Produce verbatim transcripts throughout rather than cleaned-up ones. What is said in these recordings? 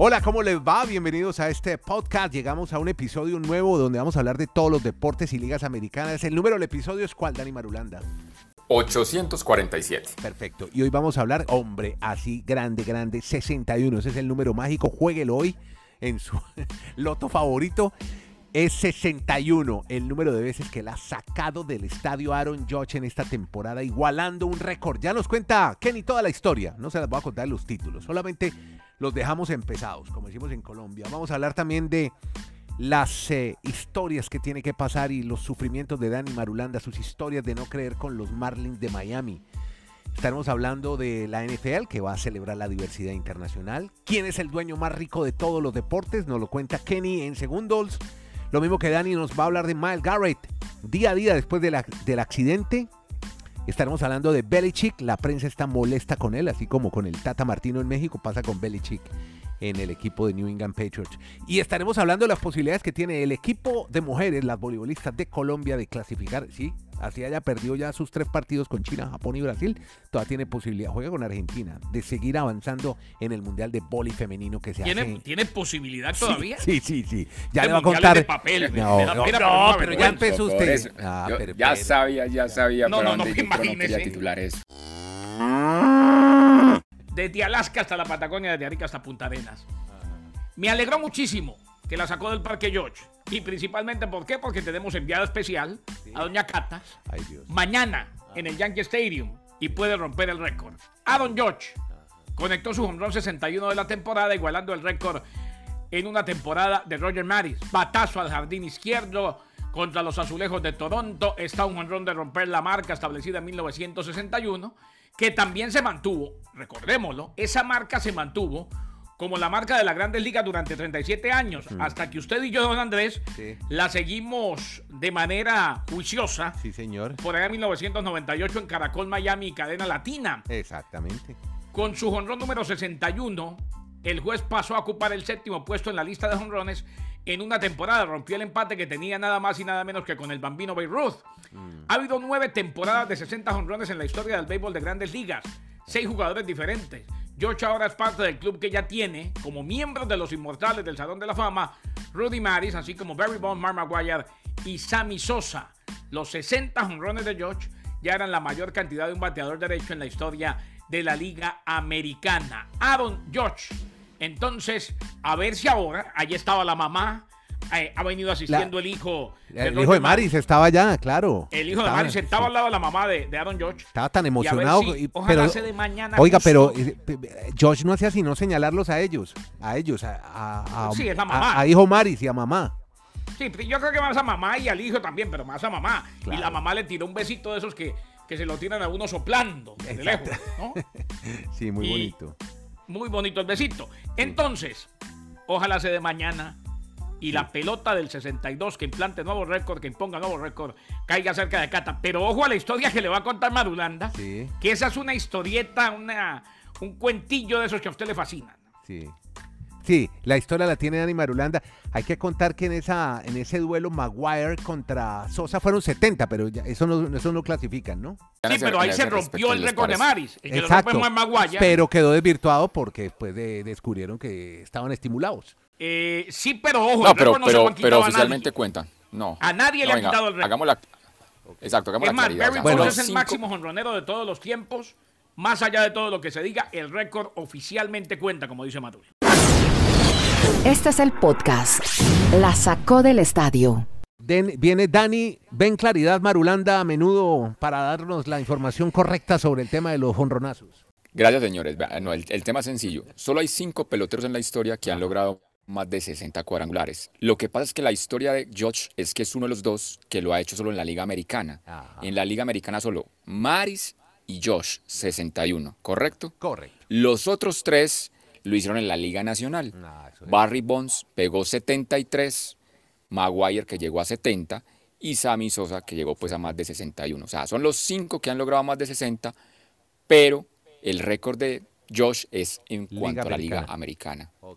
Hola, ¿cómo les va? Bienvenidos a este podcast. Llegamos a un episodio nuevo donde vamos a hablar de todos los deportes y ligas americanas. El número del episodio es ¿cuál, Dani Marulanda? ochocientos cuarenta y siete. Perfecto. Y hoy vamos a hablar, hombre, así grande, grande, sesenta y uno. Ese es el número mágico. Juéguelo hoy en su loto favorito. Es sesenta y uno, el número de veces que la ha sacado del estadio Aaron Judge en esta temporada, igualando un récord. Ya nos cuenta Kenny toda la historia. No se las voy a contar los títulos, solamente los dejamos empezados, como decimos en Colombia. Vamos a hablar también de las eh, historias que tiene que pasar y los sufrimientos de Dani Marulanda, sus historias de no creer con los Marlins de Miami. Estaremos hablando de la N F L, que va a celebrar la diversidad internacional. ¿Quién es el dueño más rico de todos los deportes? Nos lo cuenta Kenny en segundos. Lo mismo que Dani nos va a hablar de Myles Garrett. Día a día después de la, del accidente. Estaremos hablando de Belichick. La prensa está molesta con él, así como con el Tata Martino en México, pasa con Belichick en el equipo de New England Patriots. Y estaremos hablando de las posibilidades que tiene el equipo de mujeres, las voleibolistas de Colombia, de clasificar. Sí, así haya perdido ya sus tres partidos con China, Japón y Brasil, todavía tiene posibilidad, juega con Argentina, de seguir avanzando en el Mundial de Vóley femenino que se ¿Tiene, hace. ¿Tiene posibilidad todavía? Sí, sí, sí. sí. Ya de le va a contar. De papel, no, me da no, pena, no, pero, pero ya bueno, empezó por usted. eso. Ah, Yo pero, ya pero. sabía, ya sabía No, para no, no, dónde yo, pero no quería imagínese. titular eso. Desde Alaska hasta la Patagonia, desde Arica hasta Punta Arenas. Me alegró muchísimo que la sacó del Parque George. Y principalmente, ¿por qué? Porque tenemos enviada especial Sí. a doña Cata Ay, Dios. mañana en el Yankee Stadium y puede romper el récord. Aaron Judge conectó su home run sesenta y uno de la temporada, igualando el récord en una temporada de Roger Maris. Batazo al jardín izquierdo contra los Azulejos de Toronto. Está un home run de romper la marca establecida en mil novecientos sesenta y uno, que también se mantuvo, recordémoslo, esa marca se mantuvo como la marca de las Grandes Ligas durante treinta y siete años, mm. hasta que usted y yo, don Andrés, sí. la seguimos de manera juiciosa. Sí, señor. Por allá en mil novecientos noventa y ocho en Caracol, Miami y Cadena Latina. Exactamente. Con su jonrón número sesenta y uno, el juez pasó a ocupar el séptimo puesto en la lista de jonrones en una temporada. Rompió el empate que tenía nada más y nada menos que con el bambino Babe Ruth. Mm. Ha habido nueve temporadas de sesenta jonrones en la historia del béisbol de Grandes Ligas. Seis jugadores diferentes. George ahora es parte del club que ya tiene como miembros de los inmortales del Salón de la Fama Rudy Maris, así como Barry Bonds, Mark McGwire y Sammy Sosa. Los sesenta jonrones de George ya eran la mayor cantidad de un bateador derecho en la historia de la Liga Americana. Aaron Judge. Entonces, a ver si ahora, allí estaba la mamá, eh, ha venido asistiendo la, el hijo. De el hijo de Maris, Maris estaba allá, claro. El hijo estaba, de Maris estaba sí. al lado de la mamá de, de Aaron Judge. Estaba tan emocionado. Y a ver si, y, ojalá pero, se de mañana oiga, justo. pero Josh no hacía sino señalarlos a ellos, a ellos, a, a, a, sí, es la mamá. a, a hijo Maris y a mamá. Sí, yo creo que más a mamá y al hijo también, pero más a mamá. Claro. Y la mamá le tiró un besito de esos que, que se lo tiran a uno soplando de lejos, ¿no? Sí, muy y bonito. Muy bonito el besito. Entonces, ojalá se de mañana y sí. la pelota del sesenta y dos que implante nuevo récord, que imponga nuevo récord, caiga cerca de Cata. Pero ojo a la historia que le va a contar Marulanda, sí. que esa es una historieta, una, un cuentillo de esos que a usted le fascinan. Sí. Sí, la historia la tiene Dani Marulanda. Hay que contar que en esa en ese duelo Maguire contra Sosa fueron setenta, pero ya, eso no eso no clasifican, ¿no? Sí, pero ahí se rompió el récord de Maris. El que Exacto, lo rompe Maguire. Pero quedó desvirtuado porque después de, descubrieron que estaban estimulados. Eh, sí, pero ojo, no, el pero, récord no pero, se lo han quitado pero a oficialmente nadie. cuentan. No. A nadie no, le venga, han quitado el récord. Hagamos la, exacto, hagamos es la más, claridad. Barry O sea, Bonds bueno, es el cinco... máximo jonronero de todos los tiempos. Más allá de todo lo que se diga, el récord oficialmente cuenta, como dice Maduro. Este es el podcast. La sacó del estadio. Den, viene Dani, ven Claridad Marulanda a menudo para darnos la información correcta sobre el tema de los jonronazos. Gracias, señores. No, el, el tema es sencillo. Solo hay cinco peloteros en la historia que han logrado más de sesenta cuadrangulares. Lo que pasa es que la historia de Judge es que es uno de los dos que lo ha hecho solo en la Liga Americana. Ajá. En la Liga Americana solo Maris y Josh, sesenta y uno, ¿correcto? Correcto. Los otros tres lo hicieron en la Liga Nacional. No, es... Barry Bonds pegó setenta y tres, Maguire que llegó a setenta y Sammy Sosa que llegó pues a más de sesenta y uno. O sea, son los cinco que han logrado más de sesenta, pero el récord de Josh es en Liga cuanto a la Americana. Liga Americana. Okay.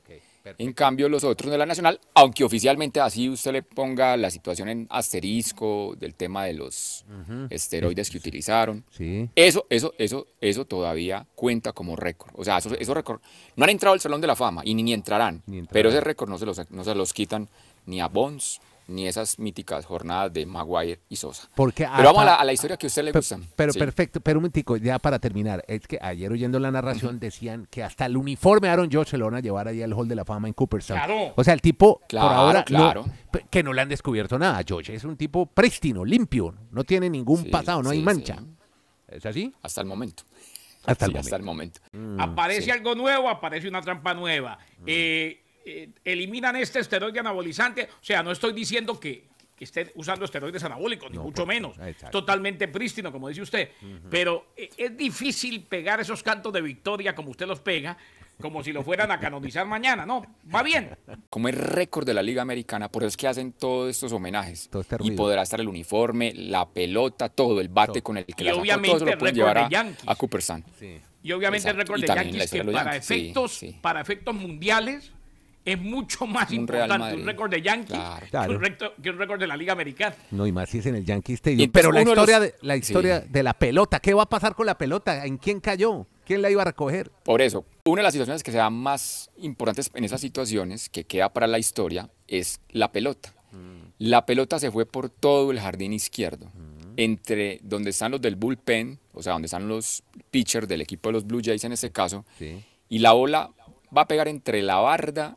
Perfecto. En cambio, los otros de la Nacional, aunque oficialmente así usted le ponga la situación en asterisco del tema de los uh-huh. esteroides que utilizaron, sí. eso, eso, eso, eso todavía cuenta como récord. O sea, esos, esos récords no han entrado al Salón de la Fama y ni, ni, entrarán, ni entrarán, pero ese récord no se los, no se los quitan ni a Bonds, ni esas míticas jornadas de Maguire y Sosa. Porque pero vamos a la, a la historia que a usted le gusta. Pero, pero sí. perfecto, pero un momentico, ya para terminar, es que ayer oyendo la narración uh-huh. decían que hasta el uniforme de Aaron Judge se lo van a llevar allá al Hall de la Fama en Cooperstown. Claro. O sea, el tipo, claro, por ahora, claro. No, que no le han descubierto nada. Judge es un tipo prístino, limpio, no tiene ningún sí, pasado, no sí, hay mancha. Sí. ¿Es así? Hasta el momento. Hasta, sí, el, hasta momento. el momento. Mm, aparece sí. algo nuevo, aparece una trampa nueva. Mm. Eh, eh, eliminan este esteroide anabolizante. O sea, no estoy diciendo que que esté usando esteroides anabólicos, ni no, mucho menos. Exacto. Totalmente prístino, como dice usted. Uh-huh. Pero es difícil pegar esos cantos de victoria como usted los pega, como si lo fueran a canonizar mañana. No, va bien. Como es récord de la Liga Americana, por eso es que hacen todos estos homenajes. Todo este y podrá estar el uniforme, la pelota, todo, el bate todo. Con el que y la sacó, todo eso lo pueden llevar a, a Cooperstown. Sí. Y obviamente Exacto. el récord de Yankees, que para, Yankees. Efectos, sí, sí. para efectos mundiales es mucho más un importante un récord de Yankees claro. que, un récord, que un récord de la Liga Americana. No, y más si es en el Yankee Stadium. Pero la historia, de, los... de, la historia sí. de la pelota, ¿qué va a pasar con la pelota? ¿En quién cayó? ¿Quién la iba a recoger? Por eso, una de las situaciones que se dan más importantes en esas situaciones, que queda para la historia, es la pelota. Mm. La pelota se fue por todo el jardín izquierdo, mm. entre donde están los del bullpen, o sea, donde están los pitchers del equipo de los Blue Jays en este caso, sí. y la bola va a pegar entre la barda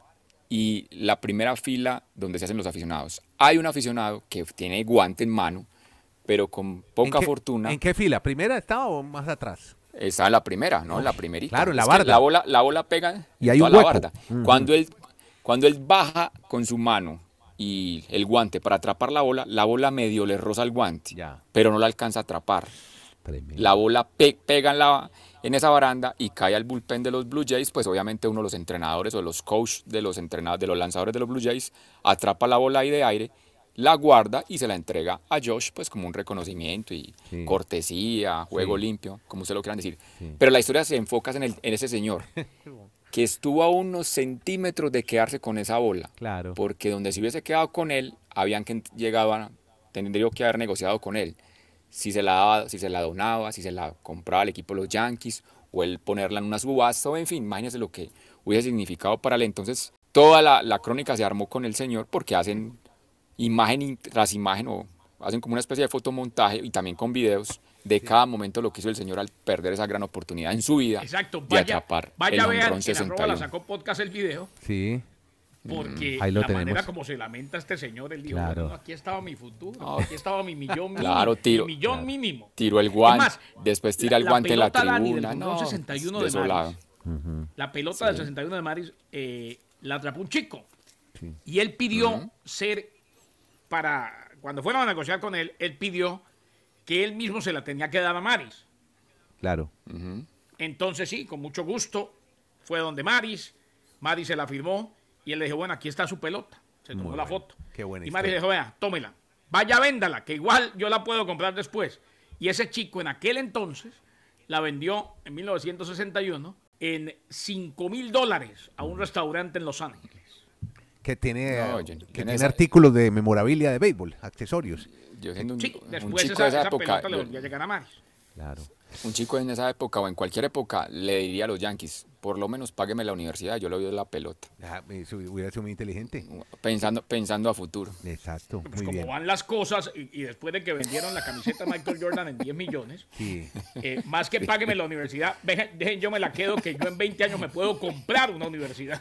y la primera fila donde se hacen los aficionados. Hay un aficionado que tiene guante en mano, pero con poca ¿En qué, fortuna. ¿En qué fila? ¿Primera estaba o más atrás? Está en la primera, ¿no? En la primerita. Claro, en la es barda. La bola, la bola pega y hay toda un hueco. La barda. Uh-huh. Cuando él, cuando él baja con su mano y el guante para atrapar la bola, la bola medio le roza el guante, ya. pero no la alcanza a atrapar. Tremendo. La bola pe- pega en la... en esa baranda y cae al bullpen de los Blue Jays, pues obviamente uno de los entrenadores o los coaches de los entrenadores, de los lanzadores de los Blue Jays, atrapa la bola ahí de aire, la guarda y se la entrega a Josh, pues como un reconocimiento y sí. cortesía, juego sí. limpio, como ustedes lo quieran decir. Sí. Pero la historia se enfoca en, el, en ese señor, que estuvo a unos centímetros de quedarse con esa bola. Claro. Porque donde se hubiese quedado con él, habían que llegado a, tendría que haber negociado con él. Si se la daba, si se la donaba, si se la compraba al equipo de los Yankees, o él ponerla en una subasta, o en fin, imagínense lo que hubiese significado para él. Entonces, toda la, la crónica se armó con el señor porque hacen imagen tras imagen, o hacen como una especie de fotomontaje, y también con videos de sí. cada momento lo que hizo el señor al perder esa gran oportunidad en su vida. Exacto, vaya, de atrapar vaya el honrón sesenta y uno. La sacó podcast el video. Sí. Porque Ahí lo la tenemos. manera como se lamenta este señor, él dijo, claro. bueno, aquí estaba mi futuro, no. aquí estaba mi millón mínimo. Claro, tiro, mi millón claro. mínimo. Tiró el guante, más, después tira la, el guante en la tribuna. La pelota no, sesenta y uno de Maris, uh-huh. La pelota sí. del sesenta y uno de Maris eh, la atrapó un chico. Sí. Y él pidió uh-huh. ser, para, cuando fueron a negociar con él, él pidió que él mismo se la tenía que dar a Maris. Claro. Uh-huh. Entonces sí, con mucho gusto, fue donde Maris, Maris se la firmó. Y él le dijo, bueno, aquí está su pelota. Se tomó Muy la bueno. foto. Qué buena y Maris le dijo, vea, tómela. Vaya, véndala, que igual yo la puedo comprar después. Y ese chico en aquel entonces la vendió en mil novecientos sesenta y uno en cinco mil dólares a un restaurante en Los Ángeles. Que tiene, no, yo, que tiene esa... artículos de memorabilia de béisbol, accesorios. Yo siendo un, sí, un después chico esa, de esa, esa época, pelota yo, le volvió a llegar a Maris. Claro. Un chico en esa época o en cualquier época le diría a los Yankees, por lo menos págueme la universidad, yo le doy la pelota. Ah, eso hubiera sido muy inteligente. Pensando, pensando a futuro. Exacto, pues muy como bien. van las cosas, y, y después de que vendieron la camiseta de Michael Jordan en diez millones, sí. eh, más que págueme la universidad, dejen, dejen yo me la quedo, que yo en veinte años me puedo comprar una universidad.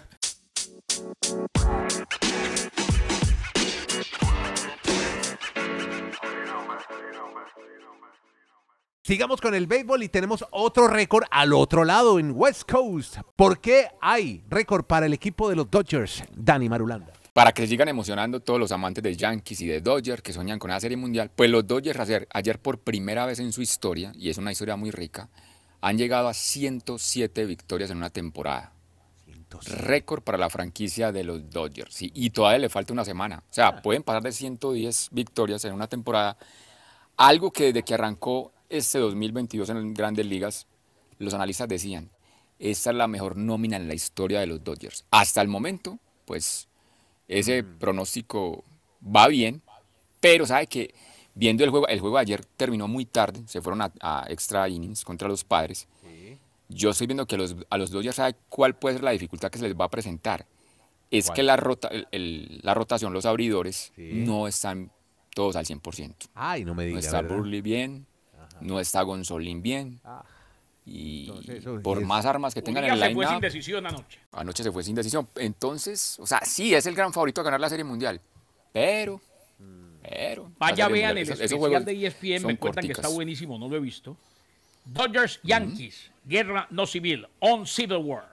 Sigamos con el béisbol y tenemos otro récord al otro lado en West Coast. ¿Por qué hay récord para el equipo de los Dodgers, Dani Marulanda? Para que se sigan emocionando todos los amantes de Yankees y de Dodgers que soñan con la Serie Mundial, pues los Dodgers ayer, ayer por primera vez en su historia, y es una historia muy rica, han llegado a ciento siete victorias en una temporada. ciento siete. Récord para la franquicia de los Dodgers, sí, y todavía le falta una semana. O sea, pueden pasar de ciento diez victorias en una temporada, algo que desde que arrancó este dos mil veintidós en Grandes Ligas, los analistas decían, esta es la mejor nómina en la historia de los Dodgers. Hasta el momento, pues, ese mm. pronóstico va bien, pero sabe que viendo el juego, el juego de ayer terminó muy tarde, se fueron a, a extra innings contra los Padres. Sí. Yo estoy viendo que los, a los Dodgers sabe cuál puede ser la dificultad que se les va a presentar. Es ¿Cuál? que la, rota, el, el, la rotación, los abridores, sí. no están todos al cien por ciento. Ay, no me digas. No está ¿verdad? Buehler bien, Ajá. no está Gonzolin bien. Ah. Y Entonces, eso, por es... más armas que tengan en el line-up... se fue sin decisión anoche. Anoche se fue sin decisión. Entonces, o sea, sí, es el gran favorito a ganar la Serie Mundial. Pero, pero... Vaya, vean mundial, el esos, especial esos de E S P N, me cuentan corticas. Que está buenísimo, no lo he visto. Dodgers, Yankees, uh-huh. guerra no civil, on Civil War.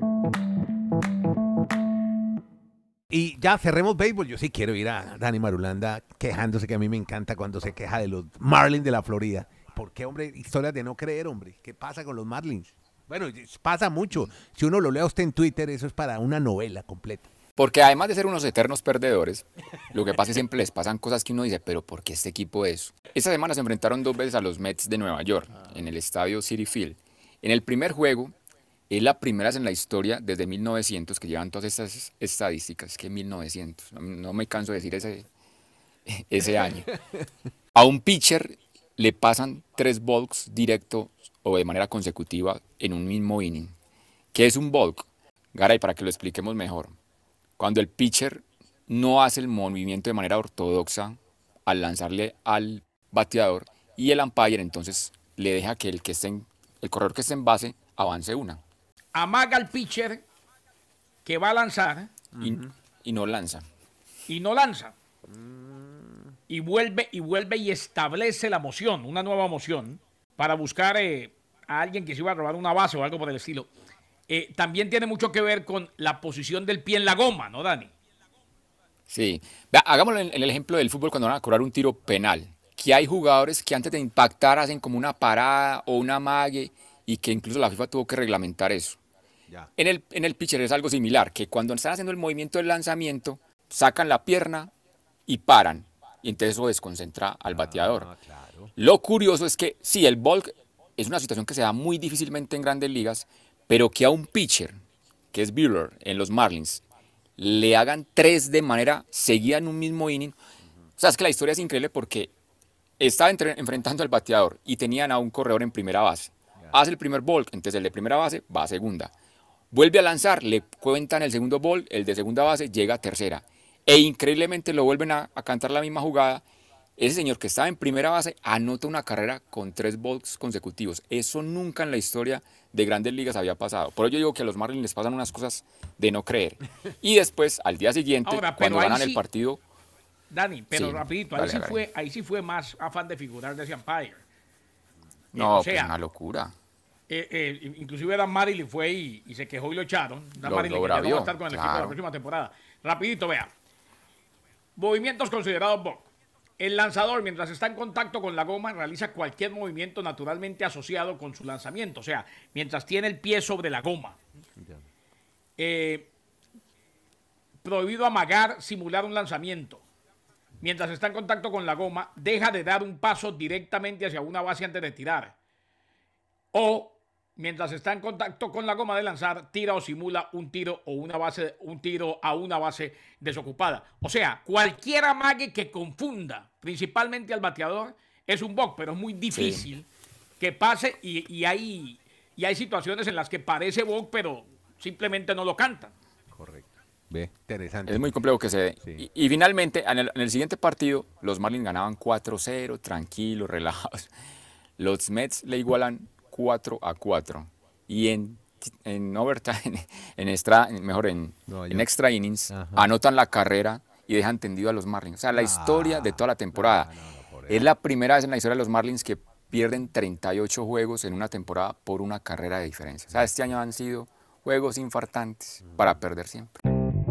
Y ya cerremos béisbol. Yo sí quiero ir a Dani Marulanda quejándose, que a mí me encanta cuando se queja de los Marlins de la Florida. ¿Por qué, hombre? Historias de no creer, hombre. ¿Qué pasa con los Marlins? Bueno, pasa mucho. Si uno lo lee a usted en Twitter, eso es para una novela completa. Porque además de ser unos eternos perdedores, lo que pasa es que siempre les pasan cosas que uno dice, pero ¿por qué este equipo es? Esta semana se enfrentaron dos veces a los Mets de Nueva York, en el estadio Citi Field. En el primer juego, es la primera vez en la historia desde mil novecientos que llevan todas estas estadísticas, que mil novecientos, no, no me canso de decir ese, ese año. A un pitcher le pasan tres balks directo o de manera consecutiva en un mismo inning. ¿Qué es un balk? Garay, para que lo expliquemos mejor. Cuando el pitcher no hace el movimiento de manera ortodoxa al lanzarle al bateador y el umpire entonces le deja que el, que esté en, el corredor que esté en base avance una. Amaga al pitcher que va a lanzar. Y, uh-huh. y no lanza. Y no lanza. Y vuelve, y vuelve y establece la moción, una nueva moción, para buscar eh, a alguien que se iba a robar una base o algo por el estilo. Eh, también tiene mucho que ver con la posición del pie en la goma, ¿no, Dani? Sí. Vea, hagámoslo en, en el ejemplo del fútbol cuando van a cobrar un tiro penal. Que hay jugadores que antes de impactar hacen como una parada o una amague y que incluso la FIFA tuvo que reglamentar eso. Ya. En el, en el pitcher es algo similar, que cuando están haciendo el movimiento del lanzamiento, sacan la pierna y paran. Y entonces eso desconcentra al bateador. Ah, claro. Lo curioso es que sí, el balk es una situación que se da muy difícilmente en grandes ligas, pero que a un pitcher, que es Buehler en los Marlins, le hagan tres de manera seguida en un mismo inning. O sea, es que la historia es increíble porque estaba entre, enfrentando al bateador y tenían a un corredor en primera base. Hace el primer balk, entonces el de primera base va a segunda. Vuelve a lanzar, le cuentan el segundo balk, el de segunda base llega a tercera. E increíblemente lo vuelven a, a cantar la misma jugada. Ese señor que estaba en primera base anota una carrera con tres balks consecutivos. Eso nunca en la historia de Grandes Ligas había pasado. Por ello digo que a los Marlins les pasan unas cosas de no creer. Y después, al día siguiente, Ahora, cuando ganan sí, el partido... Dani, pero sí, rapidito, ahí, dale, sí dale. Fue, ahí sí fue más afán de figurar de ese umpire. No, eh, o sea, pues una locura. Eh, eh, inclusive Dan Marilyn fue y, y se quejó y lo echaron. Dan Marilyn que ya no va a estar con el claro. equipo de la próxima temporada. Rapidito, vea. Movimientos considerados balk. El lanzador, mientras está en contacto con la goma, realiza cualquier movimiento naturalmente asociado con su lanzamiento. O sea, mientras tiene el pie sobre la goma. Eh, prohibido amagar, simular un lanzamiento. Mientras está en contacto con la goma, deja de dar un paso directamente hacia una base antes de tirar. O, mientras está en contacto con la goma de lanzar, tira o simula un tiro o una base, un tiro a una base desocupada. O sea, cualquier amague que confunda, principalmente al bateador, es un balk, pero es muy difícil sí. que pase y, y, hay, y hay situaciones en las que parece balk, pero simplemente no lo cantan. Correcto. Ve, interesante. Es muy complejo que se dé. Sí. Y, y finalmente, en el, en el siguiente partido, los Marlins ganaban cuatro cero, tranquilos, relajados. Los Mets le igualan cuatro a cuatro. Y en, en overtime, en extra, mejor en, no, en extra innings, Ajá. anotan la carrera y dejan tendido a los Marlins. O sea, la ah, historia de toda la temporada. No, no, no, es la primera vez en la historia de los Marlins que pierden treinta y ocho juegos en una temporada por una carrera de diferencia. O sea, este año han sido juegos infartantes mm. para perder siempre.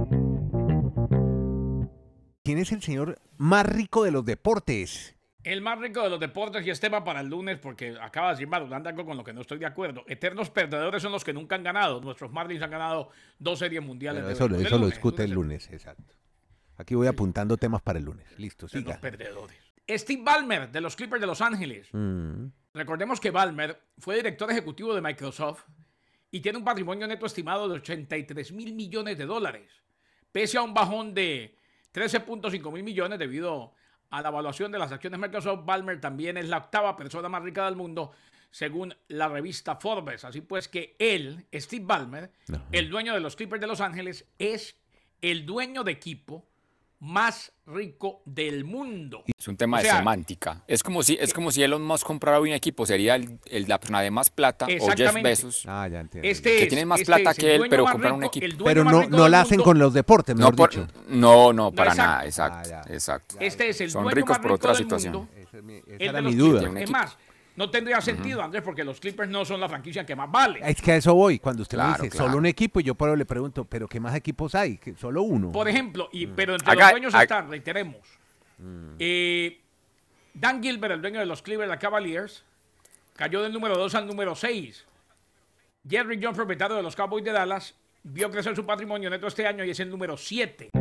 ¿Quién es el señor más rico de los deportes? El más rico de los deportes, y este va para el lunes porque acaba de decir Marulanda algo con lo que no estoy de acuerdo. Eternos perdedores son los que nunca han ganado. Nuestros Marlins han ganado dos series mundiales. Pero eso de eso lo discute el lunes, el lunes, exacto. Aquí voy apuntando temas para el lunes. Listo, siga. Los perdedores. Steve Ballmer, de los Clippers de Los Ángeles. Mm. Recordemos que Ballmer fue director ejecutivo de Microsoft y tiene un patrimonio neto estimado de ochenta y tres mil millones de dólares, pese a un bajón de trece punto cinco mil millones debido a la evaluación de las acciones de Microsoft. Ballmer también es la octava persona más rica del mundo, según la revista Forbes. Así pues que él, Steve Ballmer, uh-huh. el dueño de los Clippers de Los Ángeles, es el dueño de equipo más rico del mundo. Es un tema o sea, de semántica. Es como si es como si Elon Musk comprara un equipo, sería el, el, la persona de más plata, o Jeff Bezos, ah, ya entiendo. Este que es, tienen más este plata que él, pero compran rico, un equipo. Pero no, no la hacen con los deportes, mejor no, por, dicho. No, no, para no, exacto. nada, exacto, ah, exacto. Este es el Son dueño ricos más por rico otra del situación. mundo. Esa, es mi, esa el era de mi los duda. Clippers. Es más, no tendría sentido, uh-huh. Andrés, porque los Clippers no son la franquicia que más vale. Es que a eso voy, cuando usted claro, me dice claro. solo un equipo, y yo por le pregunto, ¿pero qué más equipos hay? ¿Que solo uno? Por ejemplo, y, mm. pero entre Haga, los dueños haga. están, reiteremos, mm. eh, Dan Gilbert, el dueño de los Cleveland Cavaliers, cayó del número dos al número seis. Jerry Jones, propietario de los Cowboys de Dallas, vio crecer su patrimonio neto este año y es el número siete.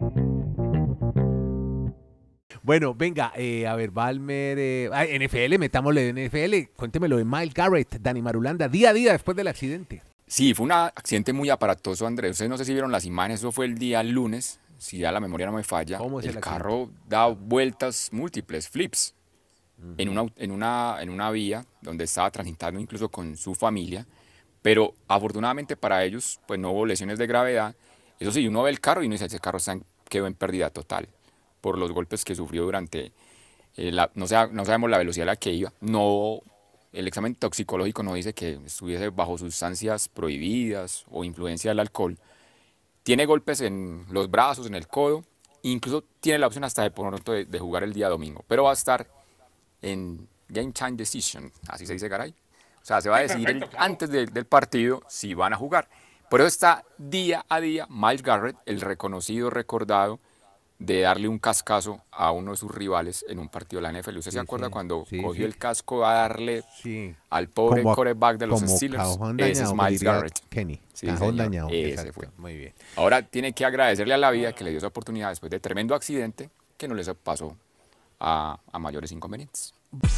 Bueno, venga, eh, a ver, Ballmer, eh, ah, N F L, metámosle de N F L, cuéntemelo de Myles Garrett, Dani Marulanda, día a día después del accidente. Sí, fue un accidente muy aparatoso, Andrés. Ustedes no sé si vieron las imágenes, eso fue el día lunes, si ya la memoria no me falla. ¿Cómo es el, el accidente? carro da vueltas múltiples, flips, uh-huh. en, una, en, una, en una vía donde estaba transitando incluso con su familia, pero afortunadamente para ellos pues no hubo lesiones de gravedad. Eso sí, uno ve el carro y uno dice, ese carro está en, quedó en pérdida total por los golpes que sufrió durante, eh, la, no, sea, no sabemos la velocidad a la que iba, no, el examen toxicológico no dice que estuviese bajo sustancias prohibidas o influencia del alcohol. Tiene golpes en los brazos, en el codo, incluso tiene la opción hasta de pronto de, de jugar el día domingo, pero va a estar en Game Time Decision, así se dice, caray. O sea, se va a decidir el, antes de, del partido si van a jugar. Por eso está día a día Myles Garrett, el reconocido, recordado, de darle un cascazo a uno de sus rivales en un partido de la N F L. ¿Usted sí, se acuerda sí, cuando sí, cogió sí. el casco a darle sí. al pobre como, quarterback de los Steelers? Ese es Myles Garrett. Kenny. Sí, cajón dañado. Ese Exacto. fue. Muy bien. Ahora tiene que agradecerle a la vida que le dio esa oportunidad después de tremendo accidente que no les pasó a, a mayores inconvenientes.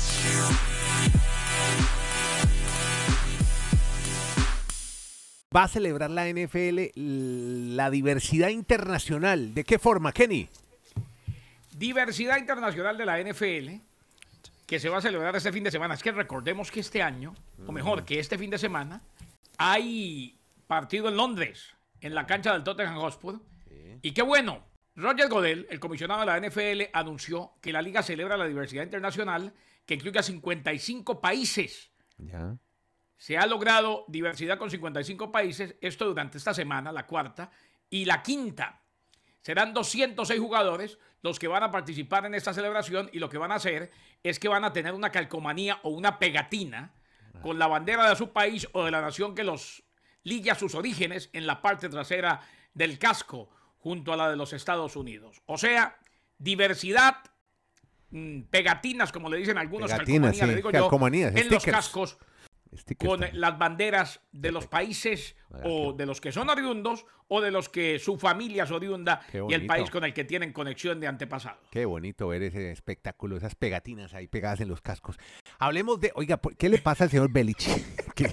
Va a celebrar la N F L la diversidad internacional. ¿De qué forma, Kenny? Diversidad internacional de la N F L, que se va a celebrar este fin de semana. Es que recordemos que este año, o mejor, que este fin de semana, hay partido en Londres, en la cancha del Tottenham Hotspur. Sí. Y qué bueno, Roger Goodell, el comisionado de la N F L, anunció que la liga celebra la diversidad internacional, que incluye a cincuenta y cinco países. Ya. Se ha logrado diversidad con cincuenta y cinco países, esto durante esta semana, la cuarta, y la quinta. Serán doscientos seis jugadores los que van a participar en esta celebración y lo que van a hacer es que van a tener una calcomanía o una pegatina con la bandera de su país o de la nación que los ligue a sus orígenes en la parte trasera del casco junto a la de los Estados Unidos. O sea, diversidad, mmm, pegatinas, como le dicen algunos, pegatinas, calcomanía, sí, le digo calcomanías, yo, en stickers. los cascos. Stickers Con también. las banderas de los países o de los que son oriundos o de los que su familia es oriunda y el país con el que tienen conexión de antepasado. Qué bonito ver ese espectáculo, esas pegatinas ahí pegadas en los cascos. Hablemos de, oiga, ¿qué le pasa al señor Belichick? ¿Qué,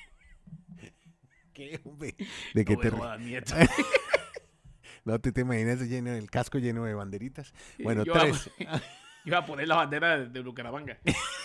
¿Qué hombre? ¿De qué no te jodas, nieto. No te, te imaginas lleno, el casco lleno de banderitas. Bueno, yo tres. Iba a, iba a poner la bandera de, de Bucaramanga.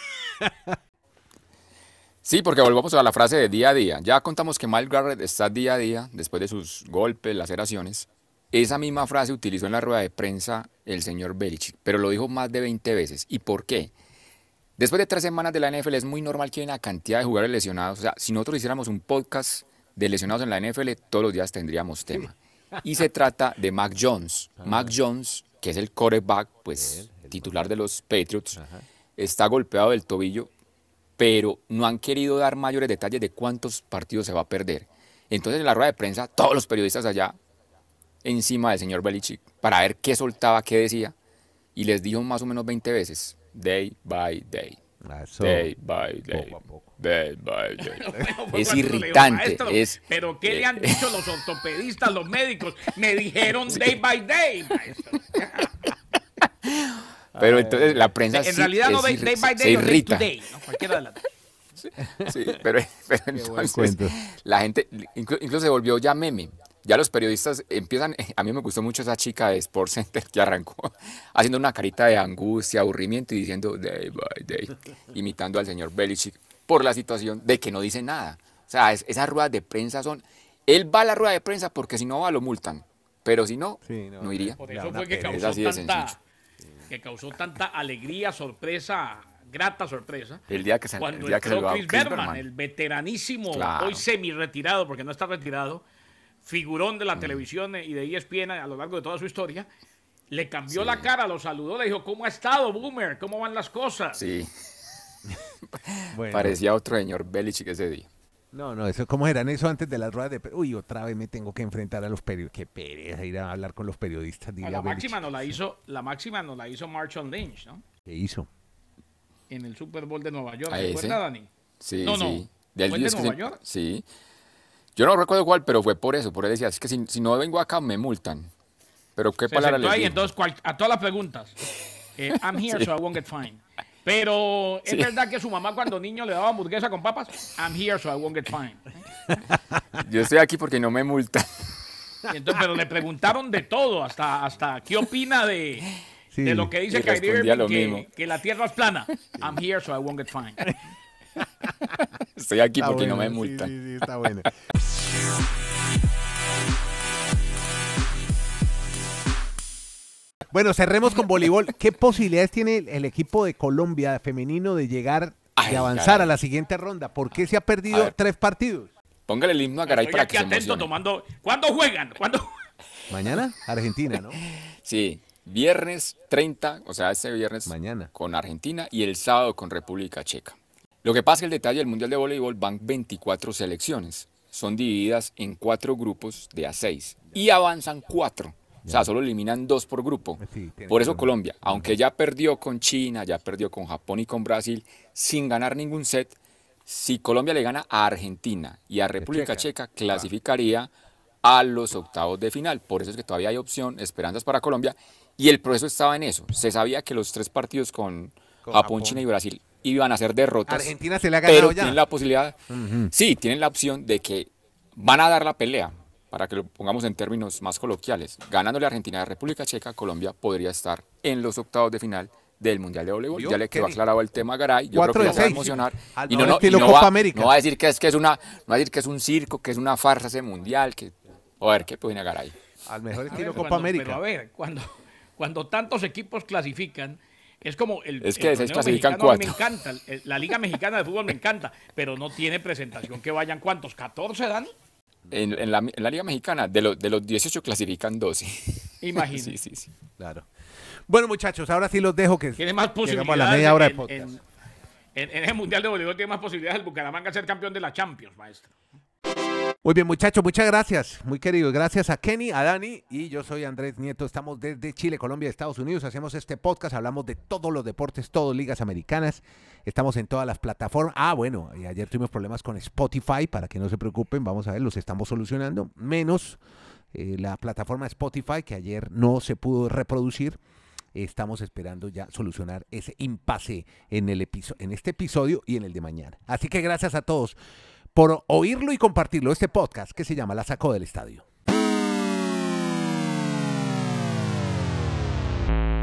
Sí, porque volvamos a la frase de día a día. Ya contamos que Myles Garrett está día a día, después de sus golpes, laceraciones. Esa misma frase utilizó en la rueda de prensa el señor Belichick, pero lo dijo más de veinte veces. ¿Y por qué? Después de tres semanas de la N F L es muy normal que haya una cantidad de jugadores lesionados. O sea, si nosotros hiciéramos un podcast de lesionados en la N F L, todos los días tendríamos tema. Y se trata de Mac Jones. Mac Jones, que es el quarterback, pues, titular de los Patriots, está golpeado del tobillo, pero no han querido dar mayores detalles de cuántos partidos se va a perder. Entonces en la rueda de prensa, todos los periodistas allá encima del señor Belichick para ver qué soltaba, qué decía, y les dijo más o menos veinte veces, day by day, Eso, day by day, poco a poco. day by day. Bueno, Es cuando irritante. le digo, maestro, es, pero ¿qué eh, le han dicho los ortopedistas, los médicos? Me dijeron day by day, maestro. Pero entonces la prensa En sí, realidad no es day, irri- day by se day o day to irrita. day, ¿no? Cualquiera de las dos. Sí, sí, pero, pero entonces la gente, incluso, incluso se volvió ya meme. Ya los periodistas empiezan, a mí me gustó mucho esa chica de Sports Center que arrancó haciendo una carita de angustia, aburrimiento y diciendo day by day, imitando al señor Belichick por la situación de que no dice nada. O sea, es, esas ruedas de prensa son, él va a la rueda de prensa porque si no va lo multan, pero si no, sí, no, no iría. Por eso fue que causó, así de tanta, que causó tanta alegría, sorpresa, grata sorpresa. El día que se, cuando el día que Chris, Chris Berman, Berman, el veteranísimo, claro. hoy semi-retirado, porque no está retirado, figurón de la mm. televisión y de E S P N a lo largo de toda su historia, le cambió sí. la cara, lo saludó, le dijo, ¿cómo ha estado, Boomer? ¿Cómo van las cosas? Sí. Bueno. Parecía otro señor Belichick ese día. No, no, eso, ¿cómo eran eso antes de las ruedas de... Uy, otra vez me tengo que enfrentar a los periodistas. Qué pereza ir a hablar con los periodistas. Diría la, máxima nos la hizo, la máxima nos la hizo Marshawn Lynch, ¿no? ¿Qué hizo? En el Super Bowl de Nueva York, ¿te acuerdas, Dani? Sí, no, sí. No, ¿De, ¿Fue de Nueva York? Sí. Yo no recuerdo cuál, pero fue por eso. Por él decía, es que si, si no vengo acá me multan. Pero ¿qué Se palabra le dijo? Entonces, cual, a todas las preguntas. Eh, I'm here, sí. so I won't get fined. Pero, ¿es sí. verdad que su mamá cuando niño le daba hamburguesa con papas? I'm here, so I won't get fined. Yo estoy aquí porque no me multan. Y entonces, pero le preguntaron de todo, hasta, hasta ¿qué opina de, sí. de lo que dice Kyrie Irving, que, que la tierra es plana? I'm here, so I won't get fined. Estoy aquí está porque bueno, no me multan. Sí, sí, sí, está bueno. Bueno, cerremos con voleibol. ¿Qué posibilidades tiene el equipo de Colombia femenino de llegar y avanzar caray. a la siguiente ronda? ¿Por qué se ha perdido tres partidos? Póngale el himno a Garay para que se emocione. Tomando... ¿Cuándo juegan? ¿Cuándo? Mañana, Argentina, ¿no? Sí, viernes treinta, o sea, este viernes mañana con Argentina y el sábado con República Checa. Lo que pasa es que el detalle del Mundial de Voleibol van veinticuatro selecciones. Son divididas en cuatro grupos de a seis y avanzan cuatro. O sea, solo eliminan dos por grupo. Sí, por eso Colombia, aunque ya perdió con China, ya perdió con Japón y con Brasil, sin ganar ningún set, si Colombia le gana a Argentina y a República Checa, clasificaría a los octavos de final. Por eso es que todavía hay opción, esperanzas para Colombia. Y el proceso estaba en eso. Se sabía que los tres partidos con, con Japón, Japón, China y Brasil iban a ser derrotas. Argentina se le ha ganado pero ya. tienen la posibilidad, uh-huh. sí, tienen la opción de que van a dar la pelea. Para que lo pongamos en términos más coloquiales, ganándole a Argentina y a República Checa, Colombia podría estar en los octavos de final del Mundial de Voleibol. Ya le quedó aclarado el tema a Garay, yo creo que lo va a emocionar. Y no, no, y no, va, no va a decir que es, que, es una, no va a decir que es un circo, que es una farsa ese Mundial. Que, a ver, ¿qué puede Garay? Al mejor estilo ver, Copa cuando, América. Pero a ver, cuando, cuando tantos equipos clasifican, es como el, es que el se clasifican cuatro. Me encanta, la Liga Mexicana de Fútbol me encanta, pero no tiene presentación que vayan, ¿cuántos? ¿catorce, Dani? En, en, la, en la Liga Mexicana, de, lo, de los dieciocho clasifican doce. Imagínate. Sí, sí, sí. Claro. Bueno, muchachos, ahora sí los dejo que tiene más posibilidades. A la media hora de podcast. En, en, en el Mundial de Voleibol tiene más posibilidades el Bucaramanga ser campeón de la Champions, maestro. Muy bien, muchachos, muchas gracias. Muy queridos. Gracias a Kenny, a Dani y yo soy Andrés Nieto. Estamos desde Chile, Colombia, Estados Unidos. Hacemos este podcast, hablamos de todos los deportes, todas ligas americanas. Estamos en todas las plataformas. Ah, bueno, y ayer tuvimos problemas con Spotify, para que no se preocupen, vamos a ver, los estamos solucionando. Menos eh, la plataforma Spotify, que ayer no se pudo reproducir. Estamos esperando ya solucionar ese impasse en, el episo- en este episodio y en el de mañana. Así que gracias a todos por oírlo y compartirlo, este podcast que se llama La Sacó del Estadio.